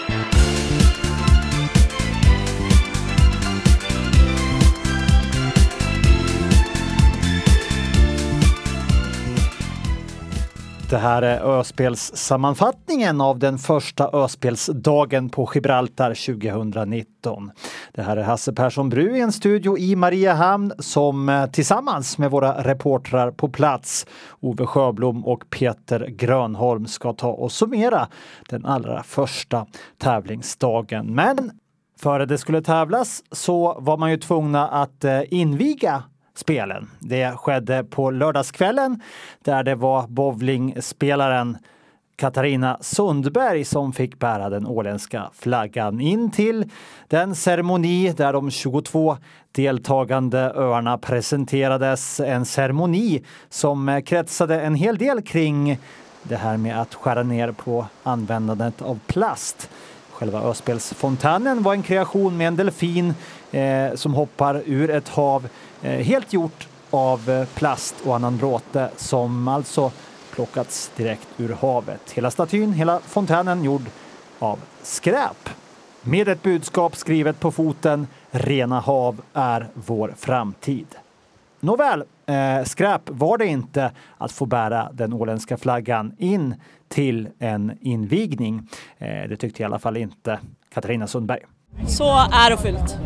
Det här är Öspelssammanfattningen av den första Öspelsdagen på Gibraltar 2019. Det här är Hasse Persson Bru i en studio i Mariehamn som tillsammans med våra reportrar på plats, Ove Sjöblom och Peter Grönholm, ska ta och summera den allra första tävlingsdagen. Men före det skulle tävlas så var man ju tvungna att inviga spelen. Det skedde på lördagskvällen där det var bowlingspelaren Katarina Sundberg som fick bära den åländska flaggan in till den ceremoni där de 22 deltagande öarna presenterades. En ceremoni som kretsade en hel del kring det här med att skära ner på användandet av plast. Själva Öspelsfontänen var en kreation med en delfin som hoppar ur ett hav helt gjort av plast och annan bråte som alltså plockats direkt ur havet. Hela statyn, hela fontänen gjord av skräp. Med ett budskap skrivet på foten: rena hav är vår framtid. Nåväl, skräp var det inte att få bära den åländska flaggan in till en invigning. Det tyckte i alla fall inte Katarina Sundberg. Så ärofyllt.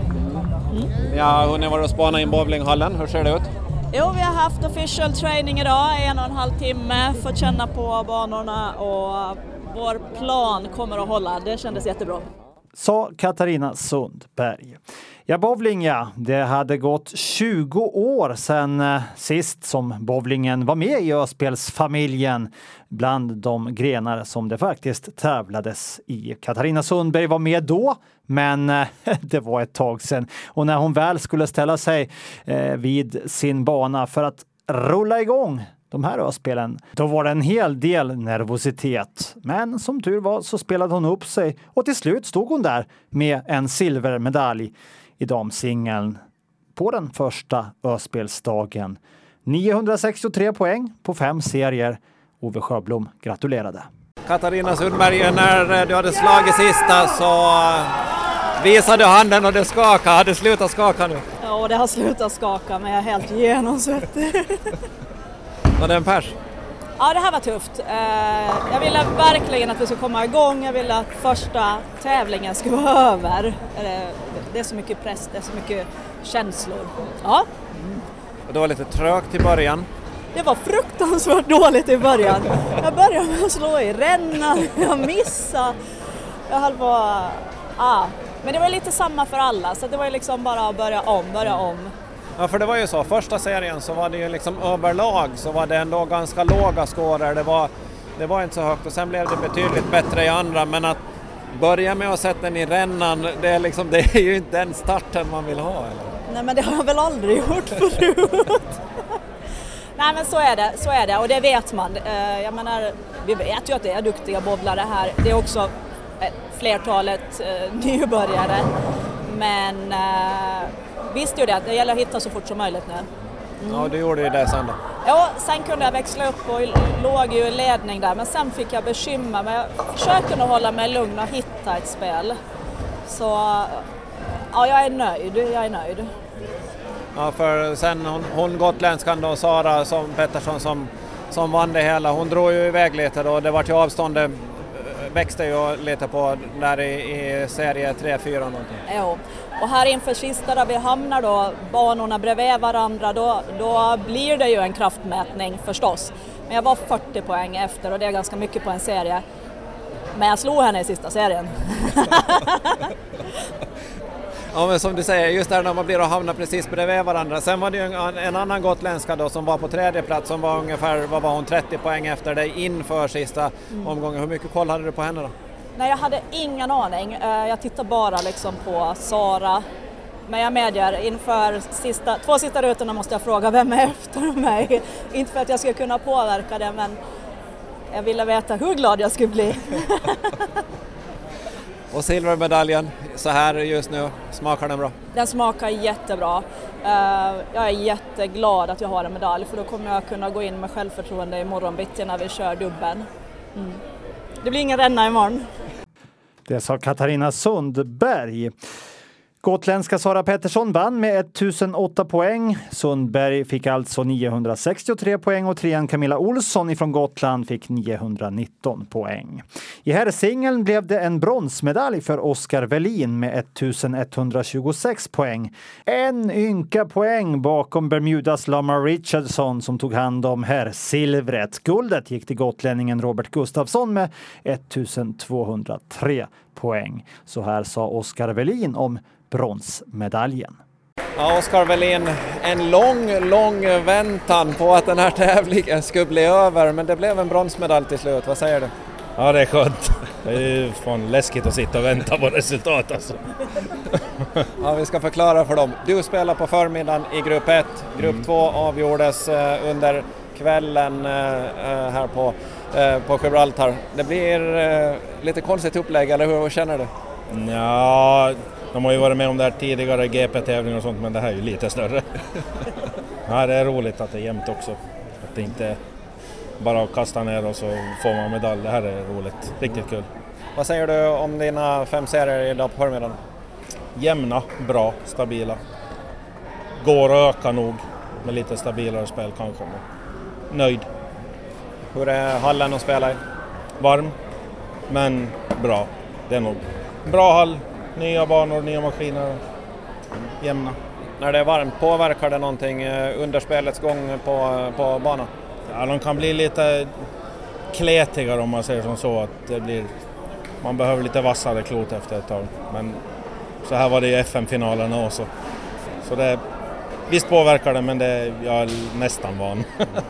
Ja, hon har varit och spanat in bowlinghallen. Hur ser det ut? Jo, vi har haft official training idag, 1,5 timme, fått känna på banorna och vår plan kommer att hålla. Det kändes jättebra. Sa Katarina Sundberg. Ja, bowling ja. Det hade gått 20 år sedan sist som bowlingen var med i Öspelsfamiljen bland de grenar som det faktiskt tävlades i. Katarina Sundberg var med då, men det var ett tag sedan. Och när hon väl skulle ställa sig vid sin bana för att rulla igång de här Öspelen, då var det en hel del nervositet. Men som tur var så spelade hon upp sig och till slut stod hon där med en silvermedalj i damsingeln på den första Öspelsdagen. 963 poäng på 5 serier. Ove Sjöblom gratulerade. Katarina Sundberg, när du hade slagit sista så visade handen och det skakade. Har det slutat skaka nu? Ja, det har slutat skaka, men jag är helt genomsvettig. Var det en pers? Ja, det här var tufft. Jag ville verkligen att vi skulle komma igång. Jag ville att första tävlingen skulle vara över. Det är så mycket press, det är så mycket känslor. Ja. Och det var lite trögt i början. Det var fruktansvärt dåligt i början. Jag började med att slå i rännan, jag missade. Jag höll på... Men det var lite samma för alla, så det var liksom bara att börja om. Ja, för det var ju så. Första serien så var det ju liksom överlag så var det ändå ganska låga scorer. Det var inte så högt och sen blev det betydligt bättre i andra. Men att börja med att sätta den i rännan, det är ju inte den starten man vill ha. Eller? Nej, men det har jag väl aldrig gjort förut. Nej, men så är det och det vet man. Jag menar, vi vet ju att det är duktiga bowlare här. Det är också flertalet nybörjare. Men visste ju det att det gäller att hitta så fort som möjligt nu. Ja, du gjorde ju det sen då. Ja, sen kunde jag växla upp och låg ju i ledning där. Men sen fick jag bekymmer. Men jag försökte nog hålla mig lugn och hitta ett spel. Så ja, jag är nöjd. Ja, för sen hon gotländskan då, Sara Pettersson som vann det hela. Hon drog ju iväg lite då. Det var ju avståndet växte ju lite på där i serie 3-4 någonting. Jo. Och här inför sista där vi hamnar då, banorna bredvid varandra, då blir det ju en kraftmätning förstås. Men jag var 40 poäng efter och det är ganska mycket på en serie. Men jag slog henne i sista serien. Ja, men som du säger, just där när man blir och hamnar precis bredvid varandra. Sen var det ju en annan gotländska då som var på 3:e plats som var ungefär, vad var hon, 30 poäng efter dig inför sista omgången. Hur mycket koll hade du på henne då? Nej, jag hade ingen aning. Jag tittar bara liksom på Sara. Men jag medger, inför två sista rutorna måste jag fråga vem är efter mig. Inte för att jag ska kunna påverka det, men jag ville veta hur glad jag skulle bli. Och silvermedaljen, så här just nu, smakar den bra? Den smakar jättebra. Jag är jätteglad att jag har en medalj, för då kommer jag kunna gå in med självförtroende imorgon bitti när vi kör dubben. Det blir ingen ränna imorgon. Det sa Katarina Sundberg. Gotländska Sara Pettersson vann med 1008 poäng. Sundberg fick alltså 963 poäng och trean Camilla Olsson ifrån Gotland fick 919 poäng. I herrsingeln blev det en bronsmedalj för Oskar Welin med 1126 poäng. En ynka poäng bakom Bermudas Lamar Richardson som tog hand om herrsilvret. Guldet gick till gotlänningen Robert Gustafsson med 1203 poäng. Så här sa Oskar Welin om bronsmedaljen. Ja, Oskar Welin, en lång väntan på att den här tävlingen skulle bli över, men det blev en bronsmedalj till slut. Vad säger du? Ja, det är skönt. Det är ju fan läskigt att sitta och vänta på resultat alltså. Ja, vi ska förklara för dem. Du spelar på förmiddagen i grupp 1. Grupp 2 avgjordes under kvällen här på Gibraltar. Det blir lite konstigt upplägg, eller hur känner du? Ja, de har ju varit med om det här tidigare GP-tävlingar och sånt, men det här är ju lite större. Ja, det är roligt att det är jämnt också. Att det inte bara kasta ner och så får man medalj. Det här är roligt. Riktigt kul. Vad säger du om dina 5 serier idag på förmiddagen? Jämna, bra, stabila. Går att öka nog med lite stabilare spel kanske. Men nöjd. Hur är hallen att spela i? Varm, men bra. Det är nog bra hall, nya banor, nya maskiner, jämna. När det är varmt, påverkar det någonting under spelets gång på banan? Ja, de kan bli lite kletigare om man säger som så. Att det blir, man behöver lite vassare klot efter ett tag. Men så här var det i FM-finalerna också. Så det, visst påverkar det, men det, jag är nästan van.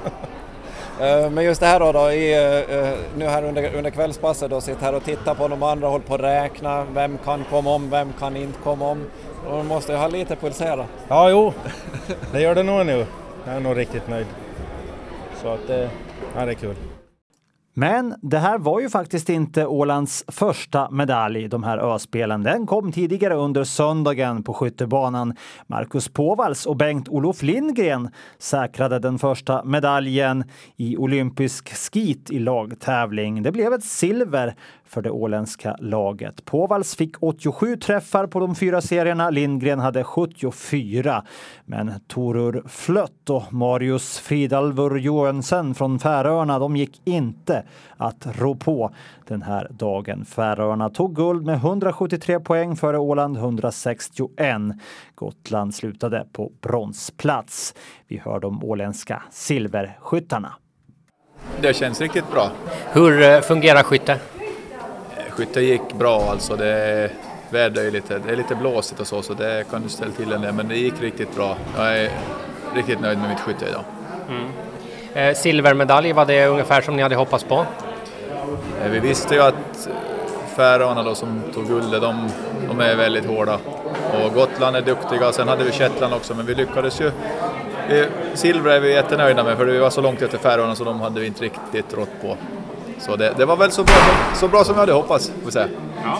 Men just det här då nu här under kvällspasset då, sitter här och tittar på de andra, håller på att räkna, vem kan komma om, vem kan inte komma om. Och man måste ju ha lite pulsera. Ja, jo, det gör det nog nu. Jag är nog riktigt nöjd. Så att det är kul. Men det här var ju faktiskt inte Ålands första medalj, de här öspelen. Den kom tidigare under söndagen på skyttebanan. Marcus Povals och Bengt-Olof Lindgren säkrade den första medaljen i olympisk skit i lagtävling. Det blev ett silver för det åländska laget. Povals fick 87 träffar på de 4 serierna. Lindgren hade 74. Men Torur Flött och Marius Fridalvur Johansen från Färöarna, de gick inte att rå på den här dagen. Färöarna tog guld med 173 poäng före Åland 161. Gotland slutade på bronsplats. Vi hör de åländska silverskyttarna. Det känns riktigt bra. Hur fungerar skytte? Skytte gick bra alltså. Vädret är lite blåsigt och så det kan du ställa till en del, men det gick riktigt bra. Jag är riktigt nöjd med mitt skytte idag. Silvermedalj, var det ungefär som ni hade hoppats på? Vi visste ju att Färöarna då som tog guldet, de är väldigt hårda. Och Gotland är duktiga, sen hade vi Shetland också, men vi lyckades ju. Silver är vi jättenöjda med, för vi var så långt efter Färöarna så de hade vi inte riktigt rått på. Så det var väl så bra som jag hade hoppats, får säga.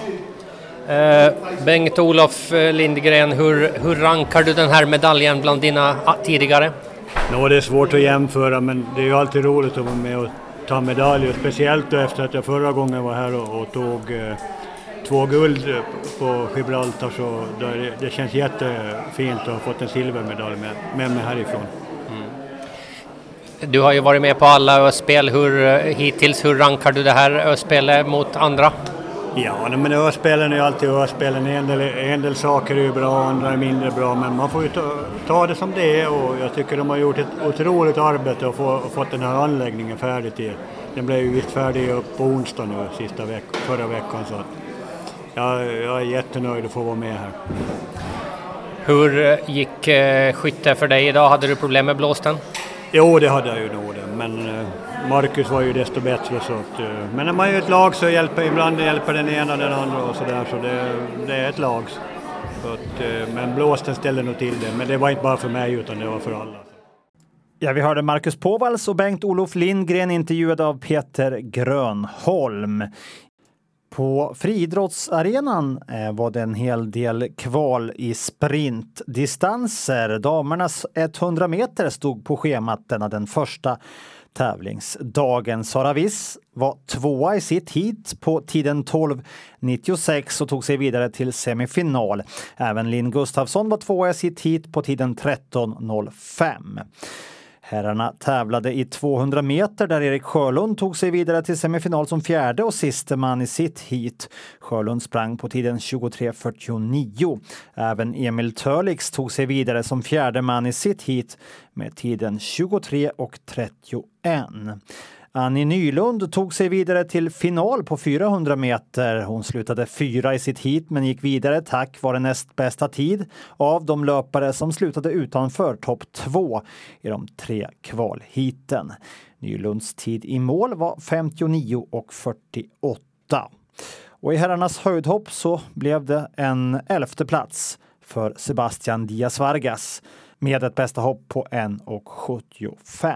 Ja. Bengt-Olof Lindgren, hur rankar du den här medaljen bland dina tidigare? Det är svårt att jämföra, men det är ju alltid roligt att vara med och ta medaljer. Speciellt efter att jag förra gången var här och tog 2 guld på Gibraltar, så det känns jättefint att ha fått en silvermedalj med mig härifrån. Du har ju varit med på alla öspel. Hittills, hur rankar du det här öspelet mot andra? Ja, men öspelen är ju alltid öspelen. En del saker är ju bra, andra är mindre bra, men man får ju ta det som det är, och jag tycker de har gjort ett otroligt arbete och fått den här anläggningen färdig till. Den blev ju visst färdig upp på onsdag nu, förra veckan, så att jag är jättenöjd att få vara med här. Hur gick skytte för dig idag? Hade du problem med blåsten? Jo, det hade jag ju nog det, men Marcus var ju desto bättre, så att, men när man är ett lag så ibland hjälper den ena den andra och sådär, så det är ett lag. Så att, men blåsten ställer nog till det, men det var inte bara för mig utan det var för alla. Ja, vi hörde Marcus Povals och Bengt-Olof Lindgren intervjuade av Peter Grönholm. På friidrottsarenan var det en hel del kval i sprintdistanser. Damernas 100 meter stod på schemat denna den första tävlingsdagen. Sara Wiss var 2:a i sitt heat på tiden 12:96 och tog sig vidare till semifinal. Även Linn Gustafsson var 2:a i sitt heat på tiden 13:05. Herrarna tävlade i 200 meter där Erik Sjölund tog sig vidare till semifinal som fjärde och siste man i sitt heat. Sjölund sprang på tiden 23:49. Även Emil Törlix tog sig vidare som fjärde man i sitt heat med tiden 23:31. Annie Nylund tog sig vidare till final på 400 meter. Hon slutade 4 i sitt heat men gick vidare tack vare näst bästa tid av de löpare som slutade utanför topp 2 i de 3 kvalheaten. Nylunds tid i mål var 59:48. Och i herrarnas höjdhopp så blev det en 11:e plats för Sebastian Díaz Vargas med ett bästa hopp på 1:75.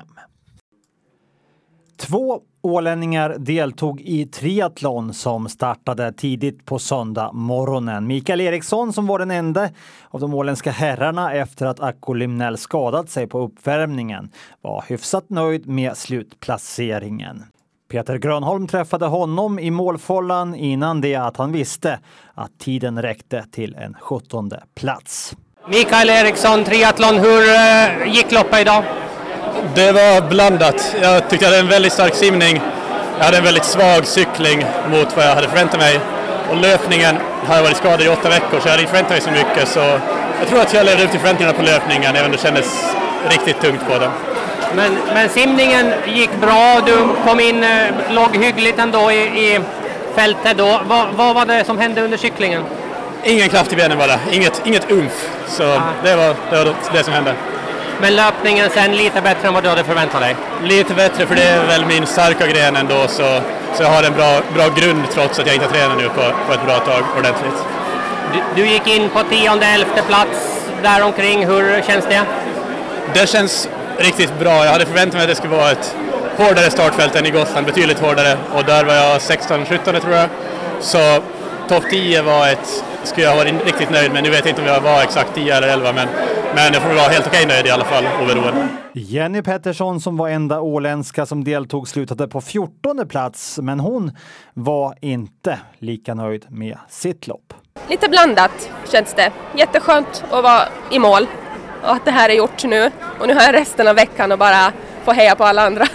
2 ålänningar deltog i triathlon som startade tidigt på söndag morgonen. Mikael Eriksson, som var den enda av de åländska herrarna efter att Akko Limnell skadat sig på uppvärmningen, var hyfsat nöjd med slutplaceringen. Peter Grönholm träffade honom i målfållan innan det att han visste att tiden räckte till en 17:e plats. Mikael Eriksson, triathlon, hur gick loppet idag? Det var blandat. Jag tyckte jag hade en väldigt stark simning. Jag hade en väldigt svag cykling mot vad jag hade förväntat mig. Och löpningen har jag varit skadad i 8 veckor så jag hade inte förväntat mig så mycket. Så jag tror att jag levde upp till förväntningarna på löpningen även om det kändes riktigt tungt på det. Men simningen gick bra. Du kom in, låg hyggligt ändå i fältet då. Vad var det som hände under cyklingen? Ingen kraft i benen bara. Inget umf. Så det var det som hände. Men löpningen sen lite bättre än vad du hade förväntat dig? Lite bättre, för det är väl min starka gren ändå, så jag har en bra grund trots att jag inte har tränat nu på ett bra tag ordentligt. Du gick in på 10:e, 11:e plats däromkring. Hur känns det? Det känns riktigt bra. Jag hade förväntat mig att det skulle vara ett hårdare startfält än i Gotland, betydligt hårdare. Och där var jag 16-17 tror jag. Så topp 10 skulle jag vara riktigt nöjd med. Nu vet jag inte om jag var exakt 10 eller 11, men jag får vara helt okej nöjd i alla fall, oberoende. Jenny Pettersson, som var enda åländska som deltog, slutade på 14:e plats, men hon var inte lika nöjd med sitt lopp. Lite blandat känns det. Jätteskönt att vara i mål och att det här är gjort nu. Och nu har jag resten av veckan och bara få heja på alla andra.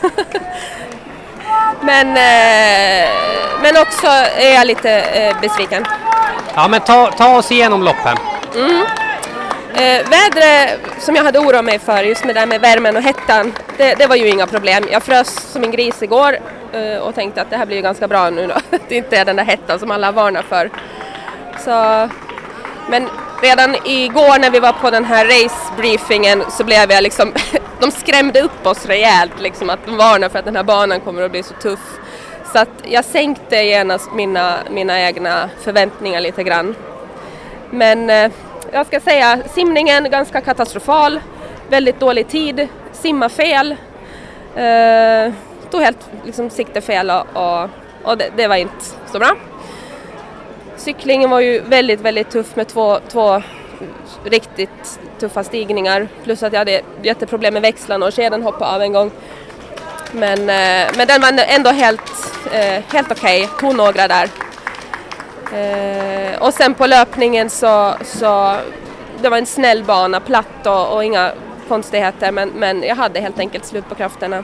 Men också är jag lite besviken. Ja, men ta oss igenom loppen. Vädret som jag hade oroat mig för, just med det med värmen och hettan, det var ju inga problem. Jag frös som en gris igår och tänkte att det här blir ju ganska bra nu då. Det inte är den där hettan som alla varnar för. Så, men redan igår när vi var på den här racebriefingen så blev jag liksom, de skrämde upp oss rejält liksom, att de varnar för att den här banan kommer att bli så tuff. Så att jag sänkte genast mina egna förväntningar lite grann. Men jag ska säga, simningen ganska katastrofal, väldigt dålig tid, simma fel, tog helt liksom sikte fel och det var inte så bra. Cyklingen var ju väldigt, väldigt tuff med två riktigt tuffa stigningar, plus att jag hade jätteproblem med växlarna och kedjan hoppade av en gång. Men den var ändå helt okej, tog några där. Och sen på löpningen så det var en snäll bana, platt och inga konstigheter, men jag hade helt enkelt slut på krafterna.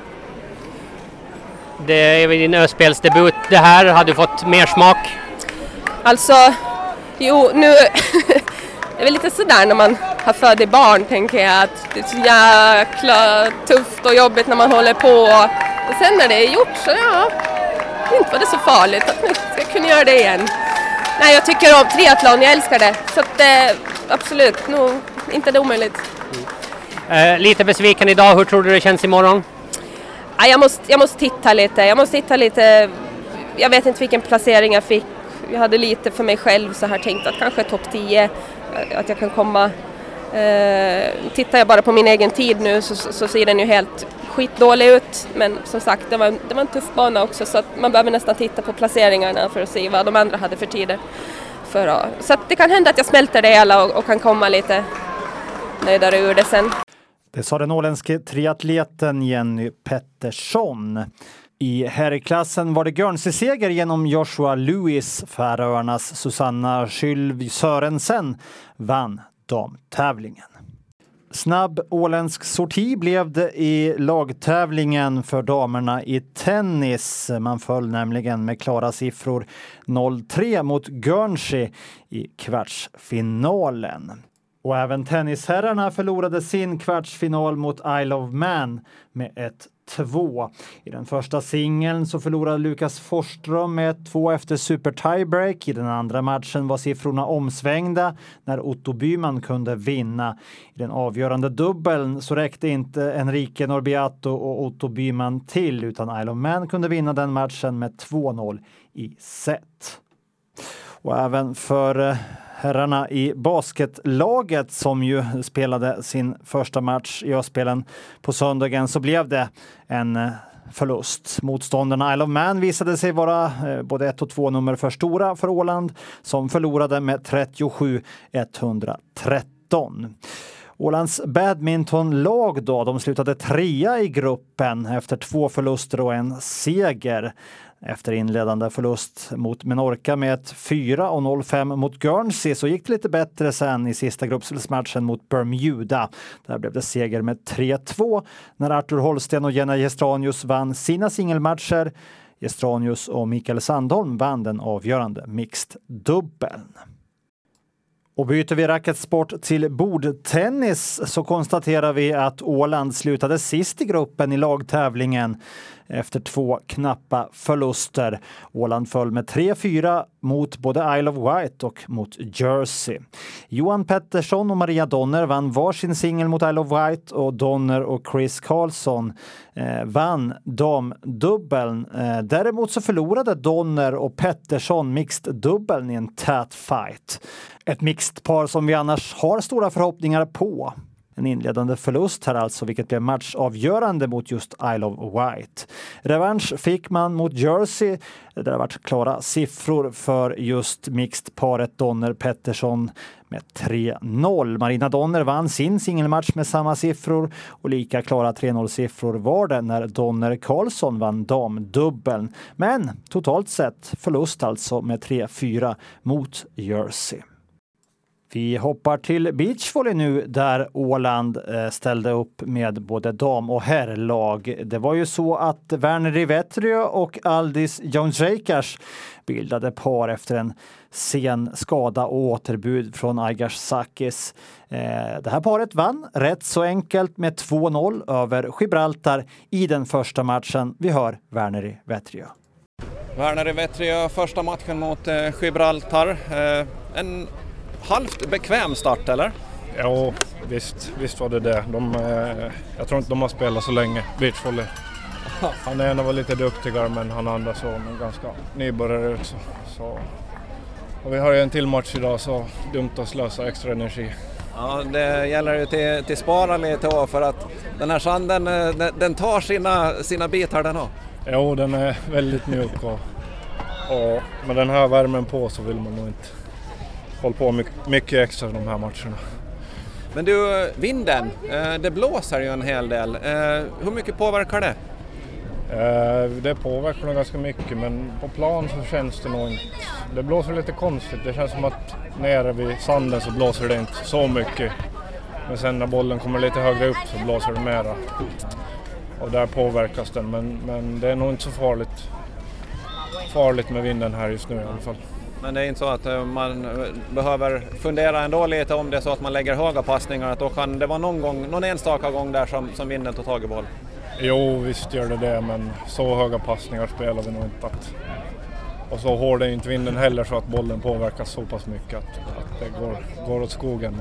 Det är din öspelsdebut. Det här, har du fått mer smak? Alltså, jo, nu det är väl lite sådär när man har född barn, tänker jag, att det är så jäkla tufft och jobbigt när man håller på. Och sen när det är gjort så inte var det så farligt att nu ska jag kunna göra det igen. Nej, jag tycker om triathlon, jag älskar det. Så att absolut, nog inte det omöjligt. Lite besviken idag, hur tror du det känns imorgon? Ja, jag måste titta lite. Jag vet inte vilken placering jag fick. Jag hade lite för mig själv så här tänkt att kanske topp 10, att jag kan komma. Tittar jag bara på min egen tid nu så ser den ju helt skitdålig ut. Men som sagt, det var en tuff bana också, så att man behöver nästan titta på placeringarna för att se vad de andra hade för tider. Så att det kan hända att jag smälter det alla och kan komma lite nöjdare ur det sen. Det sa den åländske triatleten Jenny Pettersson. I herrklassen var det Guernsey-seger genom Joshua Lewis. Färöarnas Susanna Sylv Sörensen vann damtävlingen. Snabb åländsk sorti blev det i lagtävlingen för damerna i tennis. Man föll nämligen med klara siffror 0-3 mot Guernsey i kvartsfinalen. Och även tennisherrarna förlorade sin kvartsfinal mot Isle of Man med 1-2. I den första singeln så förlorade Lukas Forsström med 2 efter super tiebreak. I den andra matchen var siffrorna omsvängda när Otto Byman kunde vinna. I den avgörande dubbeln så räckte inte Enrique Norbiato och Otto Byman till, utan Isle of Man kunde vinna den matchen med 2-0 i set. Och även för herrarna i basketlaget som ju spelade sin första match i Öspelen på söndagen så blev det en förlust. Motståndarna Isle of Man visade sig vara både 1 och 2 nummer för stora för Åland som förlorade med 37-113. Ålands badmintonlag då, de slutade 3 i gruppen efter 2 förluster och en seger. Efter inledande förlust mot Menorca med 4-0-5 mot Guernsey så gick det lite bättre sen i sista gruppspelsmatchen mot Bermuda. Där blev det seger med 3-2 när Arthur Holsten och Jenna Gestranius vann sina singelmatcher. Gestranius och Mikael Sandholm vann den avgörande mixed-dubbeln. Och byter vi racketsport till bordtennis så konstaterar vi att Åland slutade sist i gruppen i lagtävlingen efter 2 knappa förluster. Åland föll med 3-4 mot både Isle of Wight och mot Jersey. Johan Pettersson och Maria Donner vann varsin singel mot Isle of Wight och Donner och Chris Karlsson vann damdubbeln. Däremot så förlorade Donner och Pettersson mixed-dubbeln i en tät fight. Ett mixed par som vi annars har stora förhoppningar på. En inledande förlust här alltså, vilket blev matchavgörande mot just Isle of Wight. Revansch fick man mot Jersey. Det har varit klara siffror för just mixed-paret Donner-Pettersson med 3-0. Marina Donner vann sin singelmatch med samma siffror och lika klara 3-0-siffror var det när Donner-Karlsson vann damdubbeln. Men totalt sett förlust alltså med 3-4 mot Jersey. Vi hoppar till beachvolley nu där Åland ställde upp med både dam- och herrlag. Det var ju så att Werner Vetriö och Aldis Jonsreikars bildade par efter en sen skada och återbud från Aigars Sakis. Det här paret vann rätt så enkelt med 2-0 över Gibraltar i den första matchen. Vi hör Werner Vetriö. Werner Vetriö, första matchen mot Gibraltar. En halvt bekväm start, eller? Ja, visst var det. Jag tror inte de har spelat så länge, beachvolley. Han är nog lite duktigare, men han andra så en ganska nybörjare ut. Så. Och vi har ju en till match idag, så dumt att slösa extra energi. Ja, det gäller ju till spara lite då, för att den här sanden, den tar sina bitar den också. Jo, den är väldigt mjuk och med den här värmen på så vill man nog inte hålla på mycket extra de här matcherna. Men du, vinden, det blåser ju en hel del. Hur mycket påverkar det? Det påverkar nog ganska mycket, men på plan så känns det nog inte. Det blåser lite konstigt. Det känns som att nere vid sanden så blåser det inte så mycket. Men sen när bollen kommer lite högre upp så blåser det mera. Och där påverkas den, men det är nog inte så farligt med vinden här just nu i alla fall. Men det är inte så att man behöver fundera ändå lite om det så att man lägger höga passningar, att då kan det vara någon enstaka gång där som vinden tar tag i boll? Jo, visst gör det, men så höga passningar spelar vi nog inte. Och så hård är inte vinden heller så att bollen påverkas så pass mycket att det går åt skogen.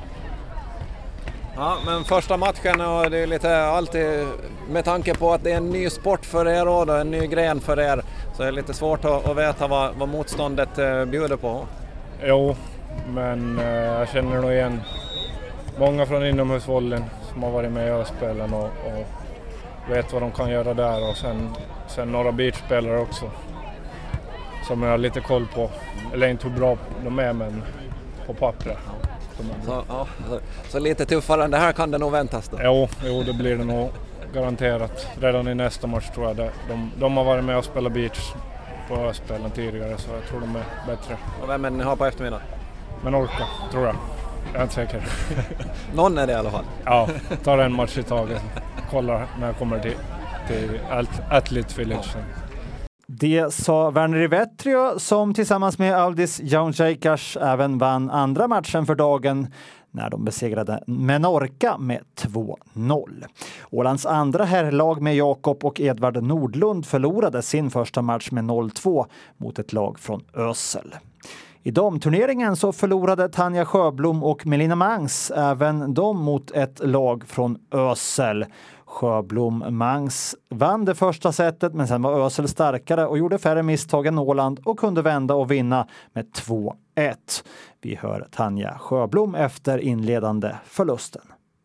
Ja, men första matchen, och det är lite alltid med tanke på att det är en ny sport för er och en ny gren för er, så är det lite svårt att veta vad motståndet bjuder på. Jo, men jag känner nog igen många från inomhusvolleyn som har varit med i Öspelen och vet vad de kan göra där, och sen några beachspelare också som jag har lite koll på, eller inte hur bra de är, men på pappret. Så lite tuffare än det här kan det nog väntas då? Jo, det blir det nog garanterat. Redan i nästa match tror jag det. De har varit med och spelat beach på Öspelen tidigare, så jag tror de är bättre. Och vem är det ni har på eftermiddagen? Menorca, tror jag. Jag är inte säker. Någon är det i alla fall? Ja, tar en match i taget. Kollar när jag kommer till Athlete Village. Det sa Werner Rivetrio som tillsammans med Aldis Jaunjäikars även vann andra matchen för dagen när de besegrade Menorca med 2-0. Ålands andra herrlag med Jakob och Edvard Nordlund förlorade sin första match med 0-2 mot ett lag från Ösel. I damturneringen så förlorade Tanja Sjöblom och Melina Mangs även de mot ett lag från Ösel. Sjöblom Mangs vann det första setet, men sen var Ösel starkare och gjorde färre misstag än Åland och kunde vända och vinna med 2-1. Vi hör Tanja Sjöblom efter inledande förlusten.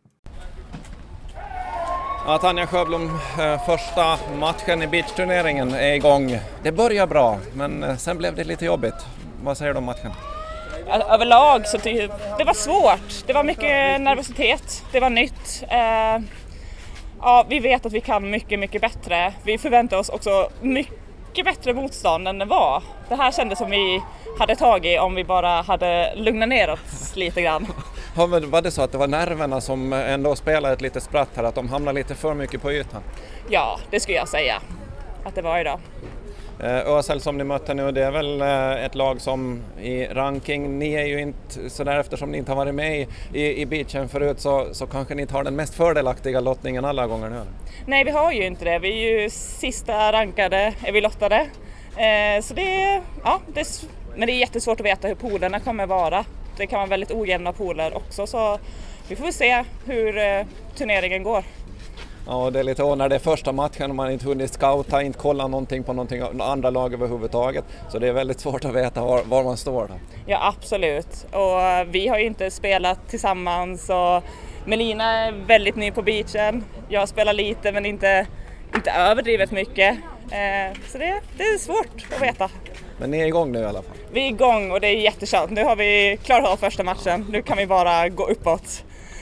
Ja, Tanja Sjöblom, första matchen i beachturneringen är igång. Det börjar bra, men sen blev det lite jobbigt. Vad säger du om matchen? Överlag så det var svårt. Det var mycket nervositet. Det var nytt. Ja, vi vet att vi kan mycket, mycket bättre. Vi förväntar oss också mycket bättre motstånd än det var. Det här kändes som vi hade tagit om vi bara hade lugnat ner oss lite grann. Ja, men var det så att det var nerverna som ändå spelade ett litet spratt här, att de hamnade lite för mycket på ytan? Ja, det skulle jag säga att det var idag. Ösel som ni mötte nu, det är väl ett lag som i ranking, ni är ju inte så där, eftersom ni inte har varit med i beachen förut, så kanske ni tar den mest fördelaktiga lottningen alla gånger nu. Nej, vi har ju inte det. Vi är ju sista rankade, är vi lottade. Så men det är jättesvårt att veta hur polerna kommer vara. Det kan vara väldigt ojämna poler också, så vi får se hur turneringen går. Ja, det är lite när det är första matchen och man inte hunnit scouta, inte kolla någonting på andra lag överhuvudtaget. Så det är väldigt svårt att veta var man står då. Ja, absolut. Och vi har ju inte spelat tillsammans, och Melina är väldigt ny på beachen. Jag spelar lite men inte överdrivet mycket. Så det är svårt att veta. Men ni är igång nu i alla fall? Vi är igång och det är jätteskönt. Nu har vi klarat av första matchen. Nu kan vi bara gå uppåt.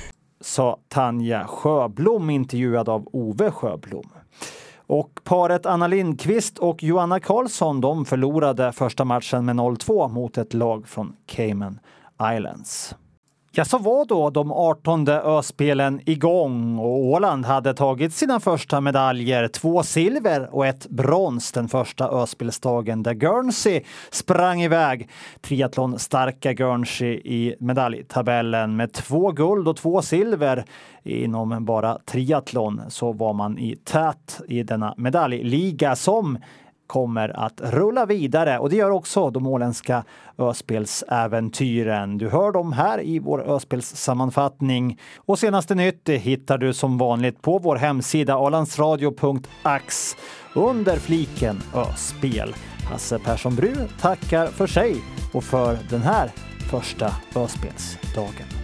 Sa Tanja Sjöblom, intervjuad av Ove Sjöblom. Och paret Anna Lindqvist och Joanna Karlsson, de förlorade första matchen med 0-2 mot ett lag från Cayman Islands. Ja, så var då de 18:e öspelen igång och Åland hade tagit sina första medaljer, 2 silver och 1 brons den första öspelsdagen där Guernsey sprang iväg. Triathlon starka Guernsey i medaljtabellen med 2 guld och 2 silver inom bara triathlon, så var man i tät i denna medaljliga som kommer att rulla vidare, och det gör också de åländska öspelsäventyren. Du hör dem här i vår öspelssammanfattning, och senaste nytt hittar du som vanligt på vår hemsida alandsradio.ax under fliken Öspel. Hasse Persson Bru tackar för sig och för den här första öspelsdagen.